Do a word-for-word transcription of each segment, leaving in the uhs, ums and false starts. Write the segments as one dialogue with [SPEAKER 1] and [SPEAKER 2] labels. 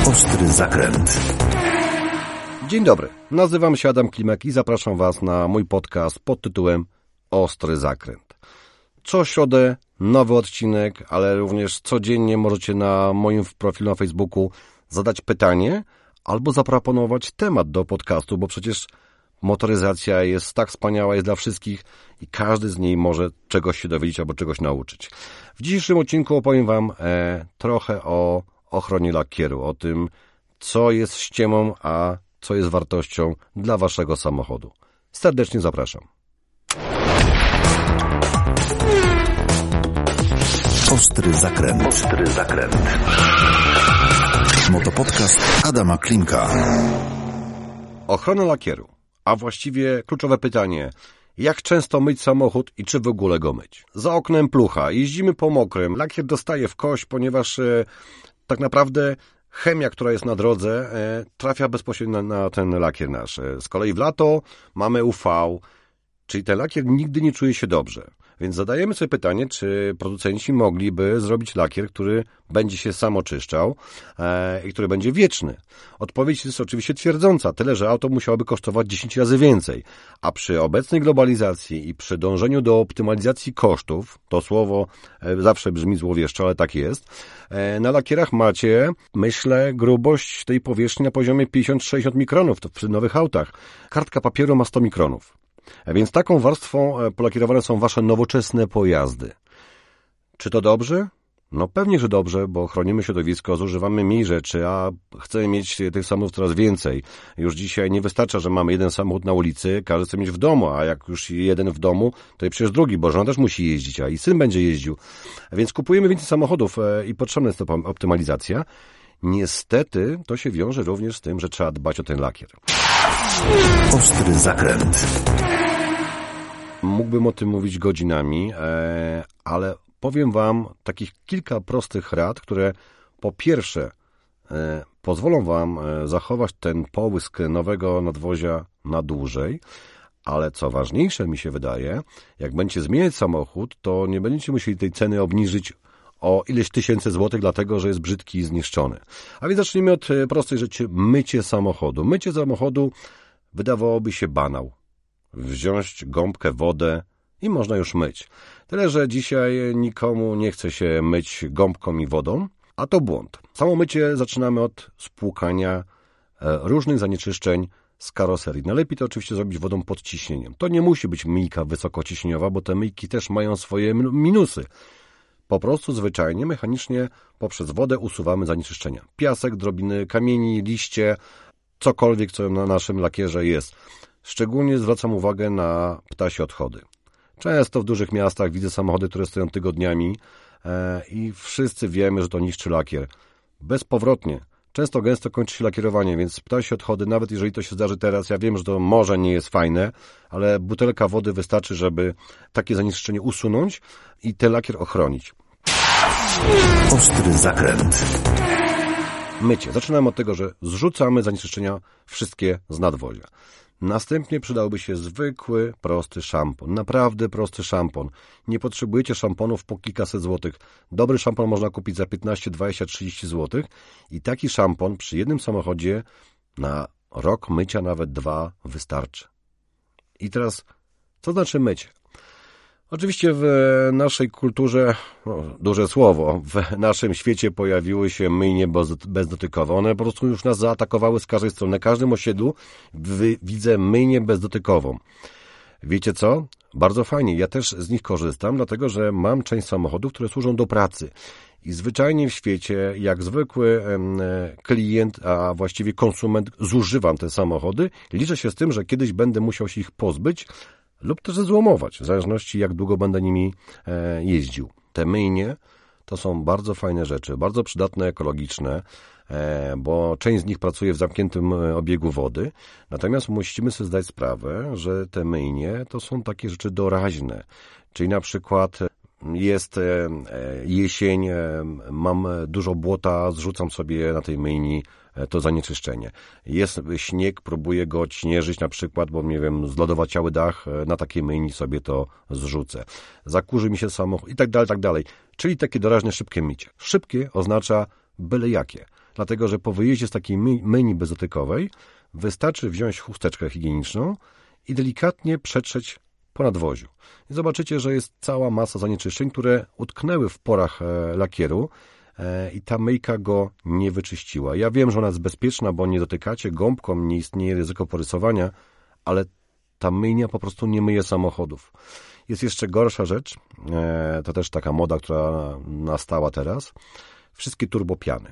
[SPEAKER 1] Ostry zakręt.
[SPEAKER 2] Dzień dobry, nazywam się Adam Klimek i zapraszam Was na mój podcast pod tytułem Ostry zakręt. Co środę nowy odcinek, ale również codziennie możecie na moim profilu na Facebooku zadać pytanie albo zaproponować temat do podcastu, bo przecież motoryzacja jest tak wspaniała, jest dla wszystkich i każdy z niej może czegoś się dowiedzieć albo czegoś nauczyć. W dzisiejszym odcinku opowiem Wam e, trochę o ochronie lakieru, o tym, co jest ściemą, a co jest wartością dla Waszego samochodu. Serdecznie zapraszam.
[SPEAKER 1] Ostry zakręt. Ostry zakręt. Motopodcast Adama Klimka.
[SPEAKER 2] Ochrona lakieru, a właściwie kluczowe pytanie: jak często myć samochód i czy w ogóle go myć? Za oknem plucha, jeździmy po mokrym, lakier dostaje w kość, ponieważ e, tak naprawdę chemia, która jest na drodze, e, trafia bezpośrednio na, na ten lakier nasz. E, z kolei w lato mamy U V, czyli ten lakier nigdy nie czuje się dobrze. Więc zadajemy sobie pytanie, czy producenci mogliby zrobić lakier, który będzie się sam oczyszczał e, i który będzie wieczny. Odpowiedź jest oczywiście twierdząca, tyle że auto musiałoby kosztować dziesięć razy więcej. A przy obecnej globalizacji i przy dążeniu do optymalizacji kosztów, to słowo e, zawsze brzmi złowieszczo, ale tak jest, e, na lakierach macie, myślę, grubość tej powierzchni na poziomie pięćdziesiąt sześćdziesiąt mikronów, to przy nowych autach. Kartka papieru ma sto mikronów. Więc taką warstwą polakierowane są Wasze nowoczesne pojazdy. Czy to dobrze? No pewnie, że dobrze, bo chronimy środowisko, zużywamy mniej rzeczy, a chcemy mieć tych samochodów coraz więcej. Już dzisiaj nie wystarcza, że mamy jeden samochód na ulicy, każdy chce mieć w domu, a jak już jeden w domu, to i przecież drugi, bo żona też musi jeździć, a i syn będzie jeździł. Więc kupujemy więcej samochodów i potrzebna jest to optymalizacja. Niestety to się wiąże również z tym, że trzeba dbać o ten lakier.
[SPEAKER 1] Ostry zakręt.
[SPEAKER 2] Mógłbym o tym mówić godzinami, ale powiem Wam takich kilka prostych rad, które po pierwsze pozwolą Wam zachować ten połysk nowego nadwozia na dłużej, ale co ważniejsze mi się wydaje, jak będziecie zmieniać samochód, to nie będziecie musieli tej ceny obniżyć o ileś tysięcy złotych, dlatego że jest brzydki i zniszczony. A więc zacznijmy od prostej rzeczy: mycie samochodu. Mycie samochodu wydawałoby się banał. Wziąć gąbkę, wodę i można już myć. Tyle że dzisiaj nikomu nie chce się myć gąbką i wodą, a to błąd. Samo mycie zaczynamy od spłukania różnych zanieczyszczeń z karoserii. Najlepiej to oczywiście zrobić wodą pod ciśnieniem. To nie musi być myjka wysokociśnieniowa, bo te myjki też mają swoje minusy. Po prostu zwyczajnie, mechanicznie poprzez wodę usuwamy zanieczyszczenia. Piasek, drobiny kamieni, liście, cokolwiek, co na naszym lakierze jest. Szczególnie zwracam uwagę na ptasie odchody. Często w dużych miastach widzę samochody, które stoją tygodniami e, i wszyscy wiemy, że to niszczy lakier. Bezpowrotnie. Często gęsto kończy się lakierowanie, więc ptasie odchody, nawet jeżeli to się zdarzy teraz, ja wiem, że to może nie jest fajne, ale butelka wody wystarczy, żeby takie zanieczyszczenie usunąć i ten lakier ochronić.
[SPEAKER 1] Ostry zakręt.
[SPEAKER 2] Mycie. Zaczynamy od tego, że zrzucamy zanieczyszczenia wszystkie z nadwozia. Następnie przydałby się zwykły, prosty szampon. Naprawdę prosty szampon. Nie potrzebujecie szamponów po kilkaset złotych. Dobry szampon można kupić za piętnaście, dwadzieścia, trzydzieści złotych i taki szampon przy jednym samochodzie na rok mycia, nawet dwa, wystarczy. I teraz, co znaczy mycie? Oczywiście w naszej kulturze, no, duże słowo, w naszym świecie pojawiły się myjnie bezdotykowe. One po prostu już nas zaatakowały z każdej strony. Na każdym osiedlu widzę myjnię bezdotykową. Wiecie co? Bardzo fajnie. Ja też z nich korzystam, dlatego że mam część samochodów, które służą do pracy. I zwyczajnie w świecie, jak zwykły klient, a właściwie konsument, zużywam te samochody. Liczę się z tym, że kiedyś będę musiał się ich pozbyć, lub też zezłomować, w zależności jak długo będę nimi e, jeździł. Te myjnie to są bardzo fajne rzeczy, bardzo przydatne, ekologiczne, e, bo część z nich pracuje w zamkniętym obiegu wody, natomiast musimy sobie zdać sprawę, że te myjnie to są takie rzeczy doraźne, czyli na przykład jest e, jesień, e, mam dużo błota, zrzucam sobie na tej myjni to zanieczyszczenie. Jest śnieg, próbuję go odśnieżyć na przykład, bo nie wiem, zlodowaciały dach, na takiej myjni sobie to zrzucę. Zakurzy mi się samochód i tak dalej, tak dalej. Czyli takie doraźne, szybkie mycie. Szybkie oznacza byle jakie. dlatego że po wyjeździe z takiej my- myjni bezdotykowej wystarczy wziąć chusteczkę higieniczną i delikatnie przetrzeć po nadwoziu. I zobaczycie, że jest cała masa zanieczyszczeń, które utknęły w porach e, lakieru e, i ta myjka go nie wyczyściła. Ja wiem, że ona jest bezpieczna, bo nie dotykacie gąbką, nie istnieje ryzyko porysowania, ale ta myjnia po prostu nie myje samochodów. Jest jeszcze gorsza rzecz, e, to też taka moda, która nastała teraz. Wszystkie turbopiany.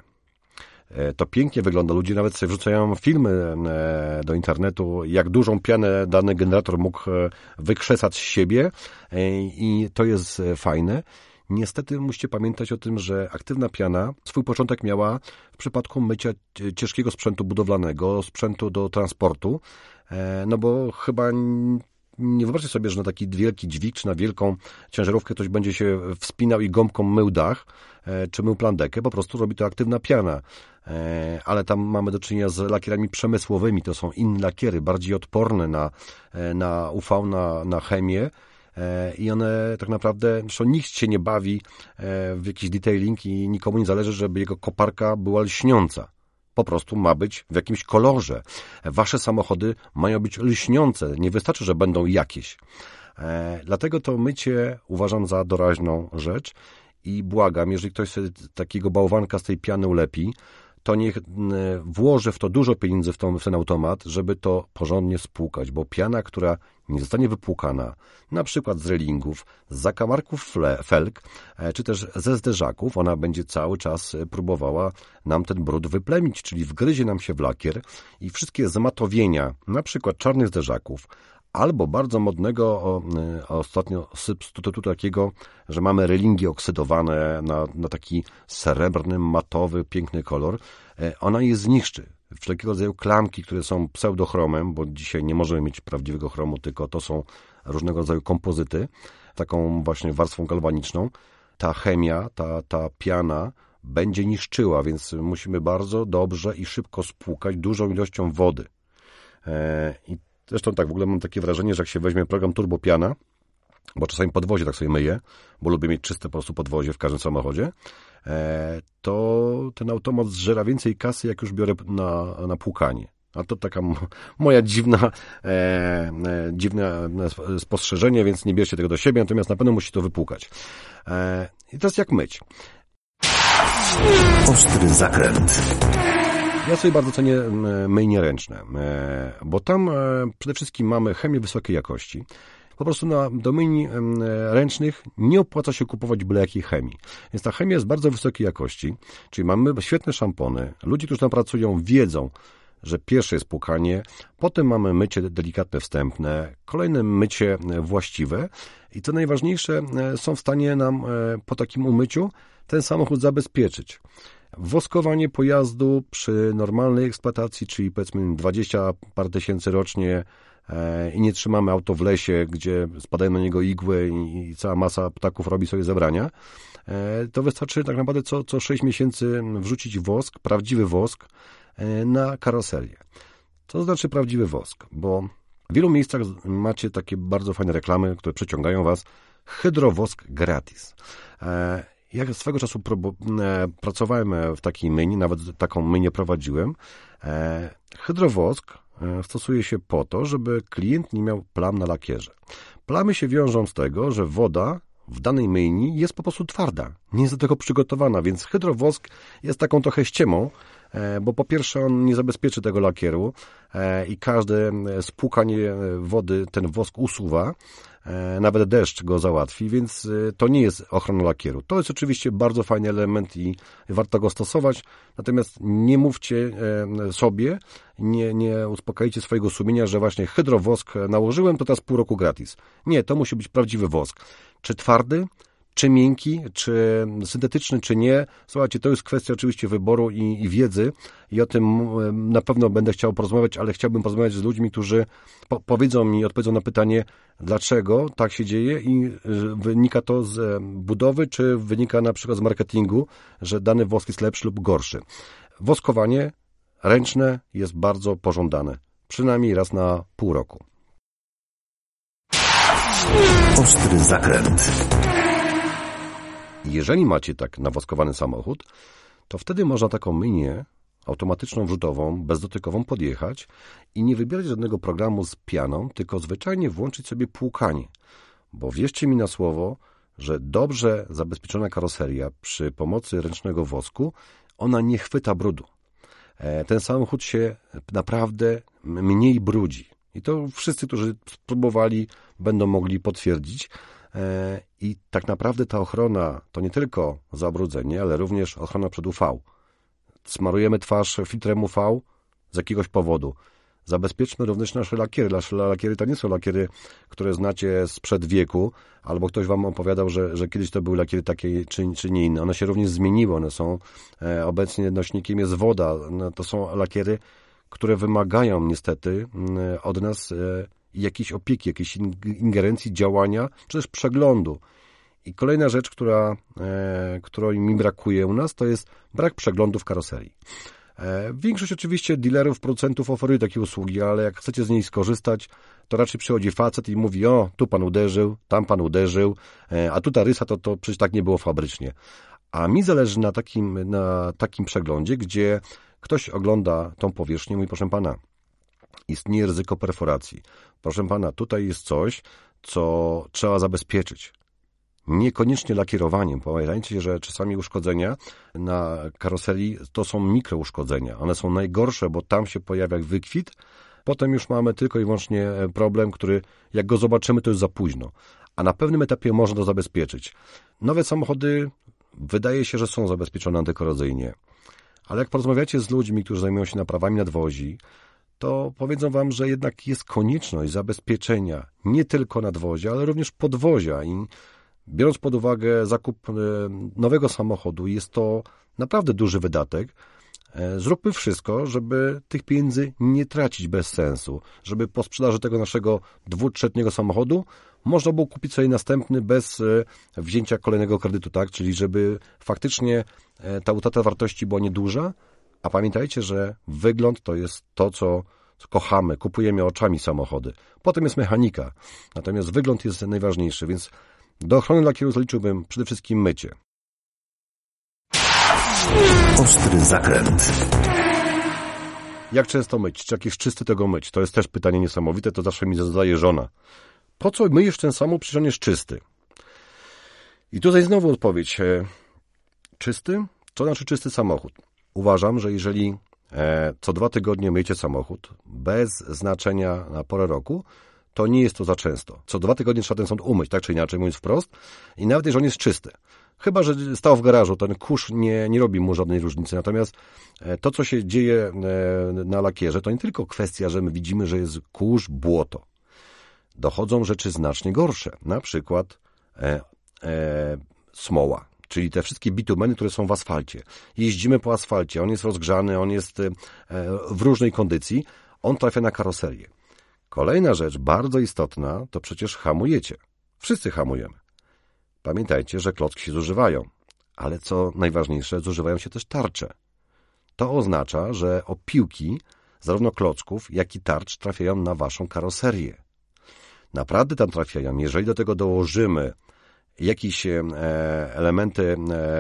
[SPEAKER 2] E, to pięknie wygląda. Ludzie nawet sobie wrzucają filmy e, do internetu, jak dużą pianę dany generator mógł e, wykrzesać z siebie e, i to jest fajne. Niestety musicie pamiętać o tym, że aktywna piana swój początek miała w przypadku mycia ciężkiego sprzętu budowlanego, sprzętu do transportu, no bo chyba nie wyobraźcie sobie, że na taki wielki dźwig czy na wielką ciężarówkę ktoś będzie się wspinał i gąbką mył dach czy mył plandekę, po prostu robi to aktywna piana. Ale tam mamy do czynienia z lakierami przemysłowymi, to są inne lakiery, bardziej odporne na, na U V, na, na chemię. I one tak naprawdę, zresztą nikt się nie bawi w jakiś detailing i nikomu nie zależy, żeby jego koparka była lśniąca. Po prostu ma być w jakimś kolorze. Wasze samochody mają być lśniące. Nie wystarczy, że będą jakieś. Dlatego to mycie uważam za doraźną rzecz i błagam, jeżeli ktoś sobie takiego bałwanka z tej piany ulepi, to niech włoży w to dużo pieniędzy w, tą, w ten automat, żeby to porządnie spłukać, bo piana, która nie zostanie wypłukana, na przykład z relingów, z zakamarków felg, czy też ze zderzaków, ona będzie cały czas próbowała nam ten brud wyplemić, czyli wgryzie nam się w lakier i wszystkie zmatowienia, na przykład czarnych zderzaków, albo bardzo modnego o, o ostatnio substytutu takiego, że mamy relingi oksydowane na, na taki srebrny, matowy, piękny kolor. Ona je zniszczy. Wszelkiego rodzaju klamki, które są pseudochromem, bo dzisiaj nie możemy mieć prawdziwego chromu, tylko to są różnego rodzaju kompozyty, taką właśnie warstwą galwaniczną. Ta chemia, ta, ta piana będzie niszczyła, więc musimy bardzo dobrze i szybko spłukać dużą ilością wody. I zresztą tak, w ogóle mam takie wrażenie, że jak się weźmie program Turbo Piana, bo czasami podwozie tak sobie myję, bo lubię mieć czyste po prostu podwozie w każdym samochodzie, to ten automat zżera więcej kasy, jak już biorę na, na płukanie. A to taka moja dziwna, e, dziwne spostrzeżenie, więc nie bierzcie tego do siebie, natomiast na pewno musicie to wypłukać. E, I teraz jak myć?
[SPEAKER 1] Ostry zakręt.
[SPEAKER 2] Ja sobie bardzo cenię myjnie ręczne, bo tam przede wszystkim mamy chemię wysokiej jakości. Po prostu na, do myjni ręcznych nie opłaca się kupować byle jakiej chemii. Więc ta chemia jest bardzo wysokiej jakości, czyli mamy świetne szampony. Ludzie, którzy tam pracują, wiedzą, że pierwsze jest płukanie, potem mamy mycie delikatne wstępne, kolejne mycie właściwe i co najważniejsze, są w stanie nam po takim umyciu ten samochód zabezpieczyć. Woskowanie pojazdu przy normalnej eksploatacji, czyli powiedzmy dwadzieścia parę tysięcy rocznie i nie trzymamy auto w lesie, gdzie spadają na niego igły i cała masa ptaków robi sobie zebrania, to wystarczy tak naprawdę co, co sześć miesięcy wrzucić wosk, prawdziwy wosk na karoserię. Co to znaczy prawdziwy wosk? Bo w wielu miejscach macie takie bardzo fajne reklamy, które przyciągają was. Hydrowosk gratis. Ja swego czasu pracowałem w takiej myjni, nawet taką myjnię prowadziłem. Hydrowosk stosuje się po to, żeby klient nie miał plam na lakierze. Plamy się wiążą z tego, że woda w danej myjni jest po prostu twarda. Nie jest do tego przygotowana, więc hydrowosk jest taką trochę ściemą, bo po pierwsze on nie zabezpieczy tego lakieru i każde spłukanie wody ten wosk usuwa. Nawet deszcz go załatwi, więc to nie jest ochrona lakieru. To jest oczywiście bardzo fajny element i warto go stosować, natomiast nie mówcie sobie, nie, nie uspokajcie swojego sumienia, że właśnie hydrowosk nałożyłem, to teraz pół roku gratis. Nie, to musi być prawdziwy wosk. Czy twardy, czy miękki, czy syntetyczny, czy nie. Słuchajcie, to jest kwestia oczywiście wyboru i, i wiedzy i o tym na pewno będę chciał porozmawiać, ale chciałbym porozmawiać z ludźmi, którzy po, powiedzą mi, odpowiedzą na pytanie, dlaczego tak się dzieje i wynika to z budowy, czy wynika na przykład z marketingu, że dany wosk jest lepszy lub gorszy. Woskowanie ręczne jest bardzo pożądane, przynajmniej raz na pół roku.
[SPEAKER 1] Ostry zakręt.
[SPEAKER 2] Jeżeli macie tak nawoskowany samochód, to wtedy można taką mynię automatyczną, wrzutową, bezdotykową podjechać i nie wybierać żadnego programu z pianą, tylko zwyczajnie włączyć sobie płukanie. Bo wierzcie mi na słowo, że dobrze zabezpieczona karoseria przy pomocy ręcznego wosku, ona nie chwyta brudu. Ten samochód się naprawdę mniej brudzi. I to wszyscy, którzy spróbowali, będą mogli potwierdzić. I tak naprawdę ta ochrona to nie tylko zabrudzenie, ale również ochrona przed U V. Smarujemy twarz filtrem U V z jakiegoś powodu. Zabezpieczmy również nasze lakiery. Nasze lakiery to nie są lakiery, które znacie sprzed wieku, albo ktoś wam opowiadał, że, że kiedyś to były lakiery takie czy, czy nie inne. One się również zmieniły. One są, e, obecnie nośnikiem jest woda. No, to są lakiery, które wymagają niestety e, od nas e, jakiejś opieki, jakiejś ingerencji, działania, czy też przeglądu. I kolejna rzecz, która, e, której mi brakuje u nas, to jest brak przeglądu w karoserii. E, większość oczywiście dealerów, producentów oferuje takie usługi, ale jak chcecie z niej skorzystać, to raczej przychodzi facet i mówi: o, tu pan uderzył, tam pan uderzył, e, a tu ta rysa, to, to przecież tak nie było fabrycznie. A mi zależy na takim, na takim przeglądzie, gdzie ktoś ogląda tą powierzchnię i mówi: proszę pana, istnieje ryzyko perforacji. Proszę pana, tutaj jest coś, co trzeba zabezpieczyć. Niekoniecznie lakierowaniem. Pamiętajcie, że czasami uszkodzenia na karoserii to są mikrouszkodzenia. One są najgorsze, bo tam się pojawia wykwit. Potem już mamy tylko i wyłącznie problem, który jak go zobaczymy, to już za późno. A na pewnym etapie można to zabezpieczyć. Nowe samochody wydaje się, że są zabezpieczone antykorozyjnie. Ale jak porozmawiacie z ludźmi, którzy zajmują się naprawami nadwozi, to powiedzą wam, że jednak jest konieczność zabezpieczenia nie tylko nadwozia, ale również podwozia. I biorąc pod uwagę zakup nowego samochodu, jest to naprawdę duży wydatek. Zróbmy wszystko, żeby tych pieniędzy nie tracić bez sensu, żeby po sprzedaży tego naszego dwu-, trzyletniego samochodu można było kupić sobie następny bez wzięcia kolejnego kredytu, tak? Czyli żeby faktycznie ta utrata wartości była nieduża, a pamiętajcie, że wygląd to jest to, co kochamy, kupujemy oczami samochody. Potem jest mechanika, natomiast wygląd jest najważniejszy, więc do ochrony lakieru zaliczyłbym przede wszystkim mycie.
[SPEAKER 1] Ostry zakręt.
[SPEAKER 2] Jak często myć? Czy jak jest czysty, tego myć? To jest też pytanie niesamowite, to zawsze mi zadaje żona. Po co myjesz ten samochód, przecież on jest czysty? I tutaj znowu odpowiedź. Czysty? Co znaczy czysty samochód? Uważam, że jeżeli co dwa tygodnie myjecie samochód bez znaczenia na porę roku, to nie jest to za często. Co dwa tygodnie trzeba ten samochód umyć, tak czy inaczej, mówiąc wprost. I nawet jeżeli on jest czysty. Chyba że stał w garażu, ten kurz nie, nie robi mu żadnej różnicy. Natomiast to, co się dzieje na lakierze, to nie tylko kwestia, że my widzimy, że jest kurz, błoto. Dochodzą rzeczy znacznie gorsze. Na przykład e, e, smoła, czyli te wszystkie bitumeny, które są w asfalcie. Jeździmy po asfalcie, on jest rozgrzany, on jest e, w różnej kondycji, on trafia na karoserię. Kolejna rzecz, bardzo istotna, to przecież hamujecie. Wszyscy hamujemy. Pamiętajcie, że klocki się zużywają, ale co najważniejsze, zużywają się też tarcze. To oznacza, że opiłki zarówno klocków, jak i tarcz trafiają na waszą karoserię. Naprawdę tam trafiają. Jeżeli do tego dołożymy jakieś elementy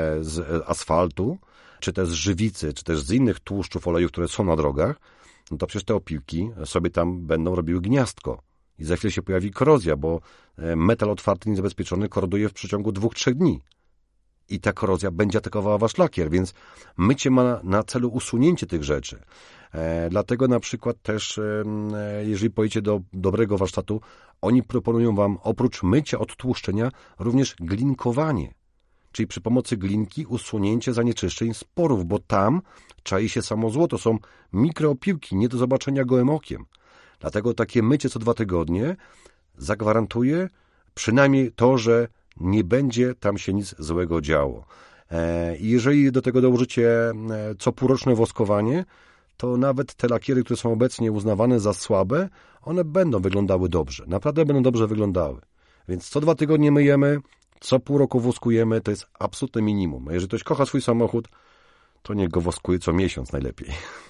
[SPEAKER 2] z asfaltu, czy też z żywicy, czy też z innych tłuszczów, olejów, które są na drogach, no to przecież te opiłki sobie tam będą robiły gniazdko. I za chwilę się pojawi korozja, bo metal otwarty, niezabezpieczony koroduje w przeciągu dwóch, trzech dni. I ta korozja będzie atakowała wasz lakier, więc mycie ma na celu usunięcie tych rzeczy. E, dlatego na przykład też, e, jeżeli pojedziecie do dobrego warsztatu, oni proponują wam oprócz mycia, odtłuszczenia również glinkowanie. Czyli przy pomocy glinki usunięcie zanieczyszczeń z porów, bo tam czai się samo zło. To są mikroopiłki, nie do zobaczenia gołym okiem. Dlatego takie mycie co dwa tygodnie zagwarantuje przynajmniej to, że nie będzie tam się nic złego działo. I jeżeli do tego dołożycie co półroczne woskowanie, to nawet te lakiery, które są obecnie uznawane za słabe, one będą wyglądały dobrze. Naprawdę będą dobrze wyglądały. Więc co dwa tygodnie myjemy, co pół roku woskujemy, to jest absolutne minimum. A jeżeli ktoś kocha swój samochód, to niech go woskuje co miesiąc najlepiej.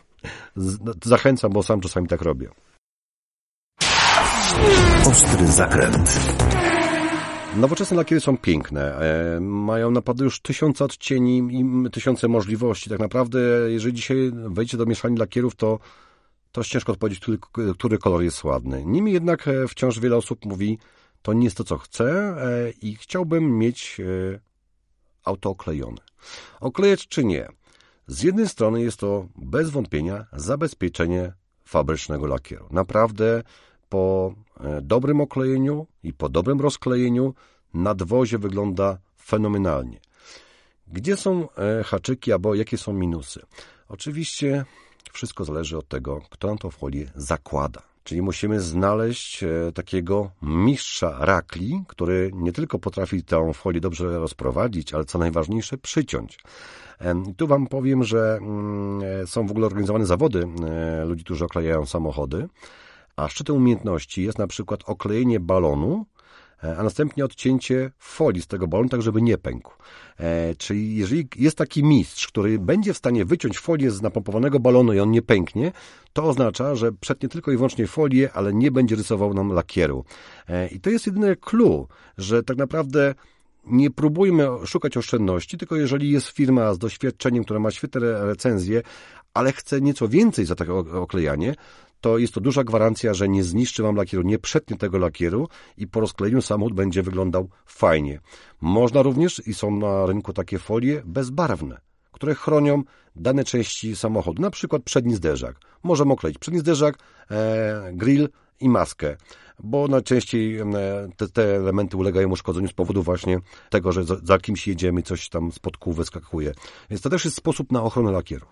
[SPEAKER 2] Zachęcam, bo sam czasami tak robię.
[SPEAKER 1] Ostry zakręt.
[SPEAKER 2] Nowoczesne lakiery są piękne, e, mają naprawdę już tysiące odcieni i tysiące możliwości. Tak naprawdę, jeżeli dzisiaj wejdziecie do mieszalni lakierów, to, to ciężko odpowiedzieć, który, który kolor jest ładny. Niemniej jednak wciąż wiele osób mówi, to nie jest to, co chcę e, i chciałbym mieć e, auto oklejone. Oklejać czy nie? Z jednej strony jest to bez wątpienia zabezpieczenie fabrycznego lakieru. Naprawdę po dobrym oklejeniu i po dobrym rozklejeniu nadwozie wygląda fenomenalnie. Gdzie są haczyki albo jakie są minusy? Oczywiście wszystko zależy od tego, kto nam tą folię zakłada. Czyli musimy znaleźć takiego mistrza rakli, który nie tylko potrafi tę folię dobrze rozprowadzić, ale co najważniejsze przyciąć. I tu Wam powiem, że są w ogóle organizowane zawody ludzi, którzy oklejają samochody, a szczytem umiejętności jest na przykład oklejenie balonu, a następnie odcięcie folii z tego balonu, tak żeby nie pękł. E, czyli jeżeli jest taki mistrz, który będzie w stanie wyciąć folię z napompowanego balonu i on nie pęknie, to oznacza, że przetnie tylko i wyłącznie folię, ale nie będzie rysował nam lakieru. E, I to jest jedyne clue, że tak naprawdę nie próbujmy szukać oszczędności, tylko jeżeli jest firma z doświadczeniem, która ma świetne recenzje, ale chce nieco więcej za takie oklejanie, to jest to duża gwarancja, że nie zniszczy Wam lakieru, nie przetnie tego lakieru i po rozklejeniu samochód będzie wyglądał fajnie. Można również, i są na rynku takie folie bezbarwne, które chronią dane części samochodu, na przykład przedni zderzak. Możemy okleić przedni zderzak, e, grill i maskę, bo najczęściej e, te, te elementy ulegają uszkodzeniu z powodu właśnie tego, że za, za kimś jedziemy i coś tam spod kół wyskakuje. Więc to też jest sposób na ochronę lakieru.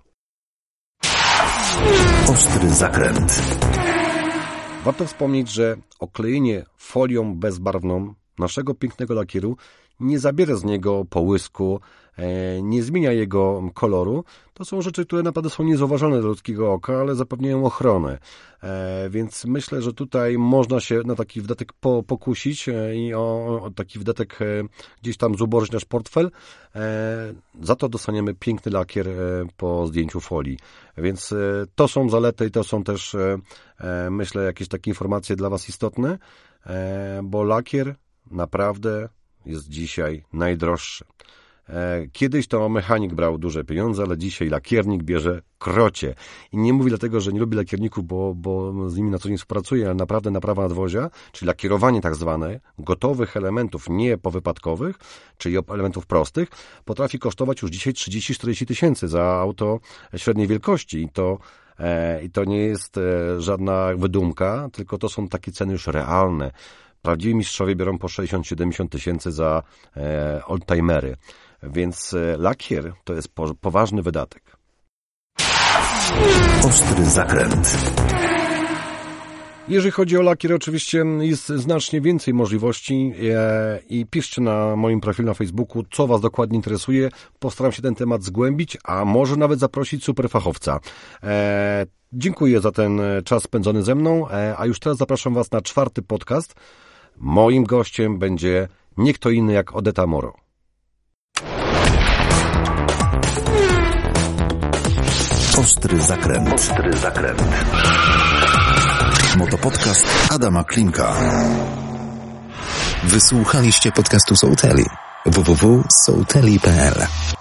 [SPEAKER 1] Ostry zakręt.
[SPEAKER 2] Warto wspomnieć, że oklejenie folią bezbarwną naszego pięknego lakieru nie zabiera z niego połysku, nie zmienia jego koloru. To są rzeczy, które naprawdę są niezauważalne dla ludzkiego oka, ale zapewniają ochronę. Więc myślę, że tutaj można się na taki wydatek pokusić i o, o taki wydatek gdzieś tam zubożyć nasz portfel. Za to dostaniemy piękny lakier po zdjęciu folii. Więc to są zalety i to są też, myślę, jakieś takie informacje dla Was istotne, bo lakier naprawdę jest dzisiaj najdroższy. Kiedyś to mechanik brał duże pieniądze, ale dzisiaj lakiernik bierze krocie. I nie mówię dlatego, że nie lubi lakierników, bo, bo z nimi na co dzień współpracuję, ale naprawdę naprawa nadwozia, czyli lakierowanie tak zwane, gotowych elementów, nie powypadkowych, czyli elementów prostych, potrafi kosztować już dzisiaj trzydzieści czterdzieści tysięcy za auto średniej wielkości. I to I to nie jest żadna wydumka, tylko to są takie ceny już realne. Prawdziwi mistrzowie biorą po sześćdziesiąt siedemdziesiąt tysięcy za e, oldtimery, więc e, lakier to jest po, poważny wydatek.
[SPEAKER 1] Ostry zakręt.
[SPEAKER 2] Jeżeli chodzi o lakier, oczywiście jest znacznie więcej możliwości e, i piszcie na moim profilu na Facebooku, co Was dokładnie interesuje. Postaram się ten temat zgłębić, a może nawet zaprosić superfachowca. E, dziękuję za ten czas spędzony ze mną, e, a już teraz zapraszam Was na czwarty podcast. Moim gościem będzie nie kto inny jak Odeta Moro.
[SPEAKER 1] Ostry zakręt. Ostry zakręt. Motopodcast Adama Klimka.
[SPEAKER 3] Wysłuchaliście podcastu Souteli. w w w kropka souteli kropka p l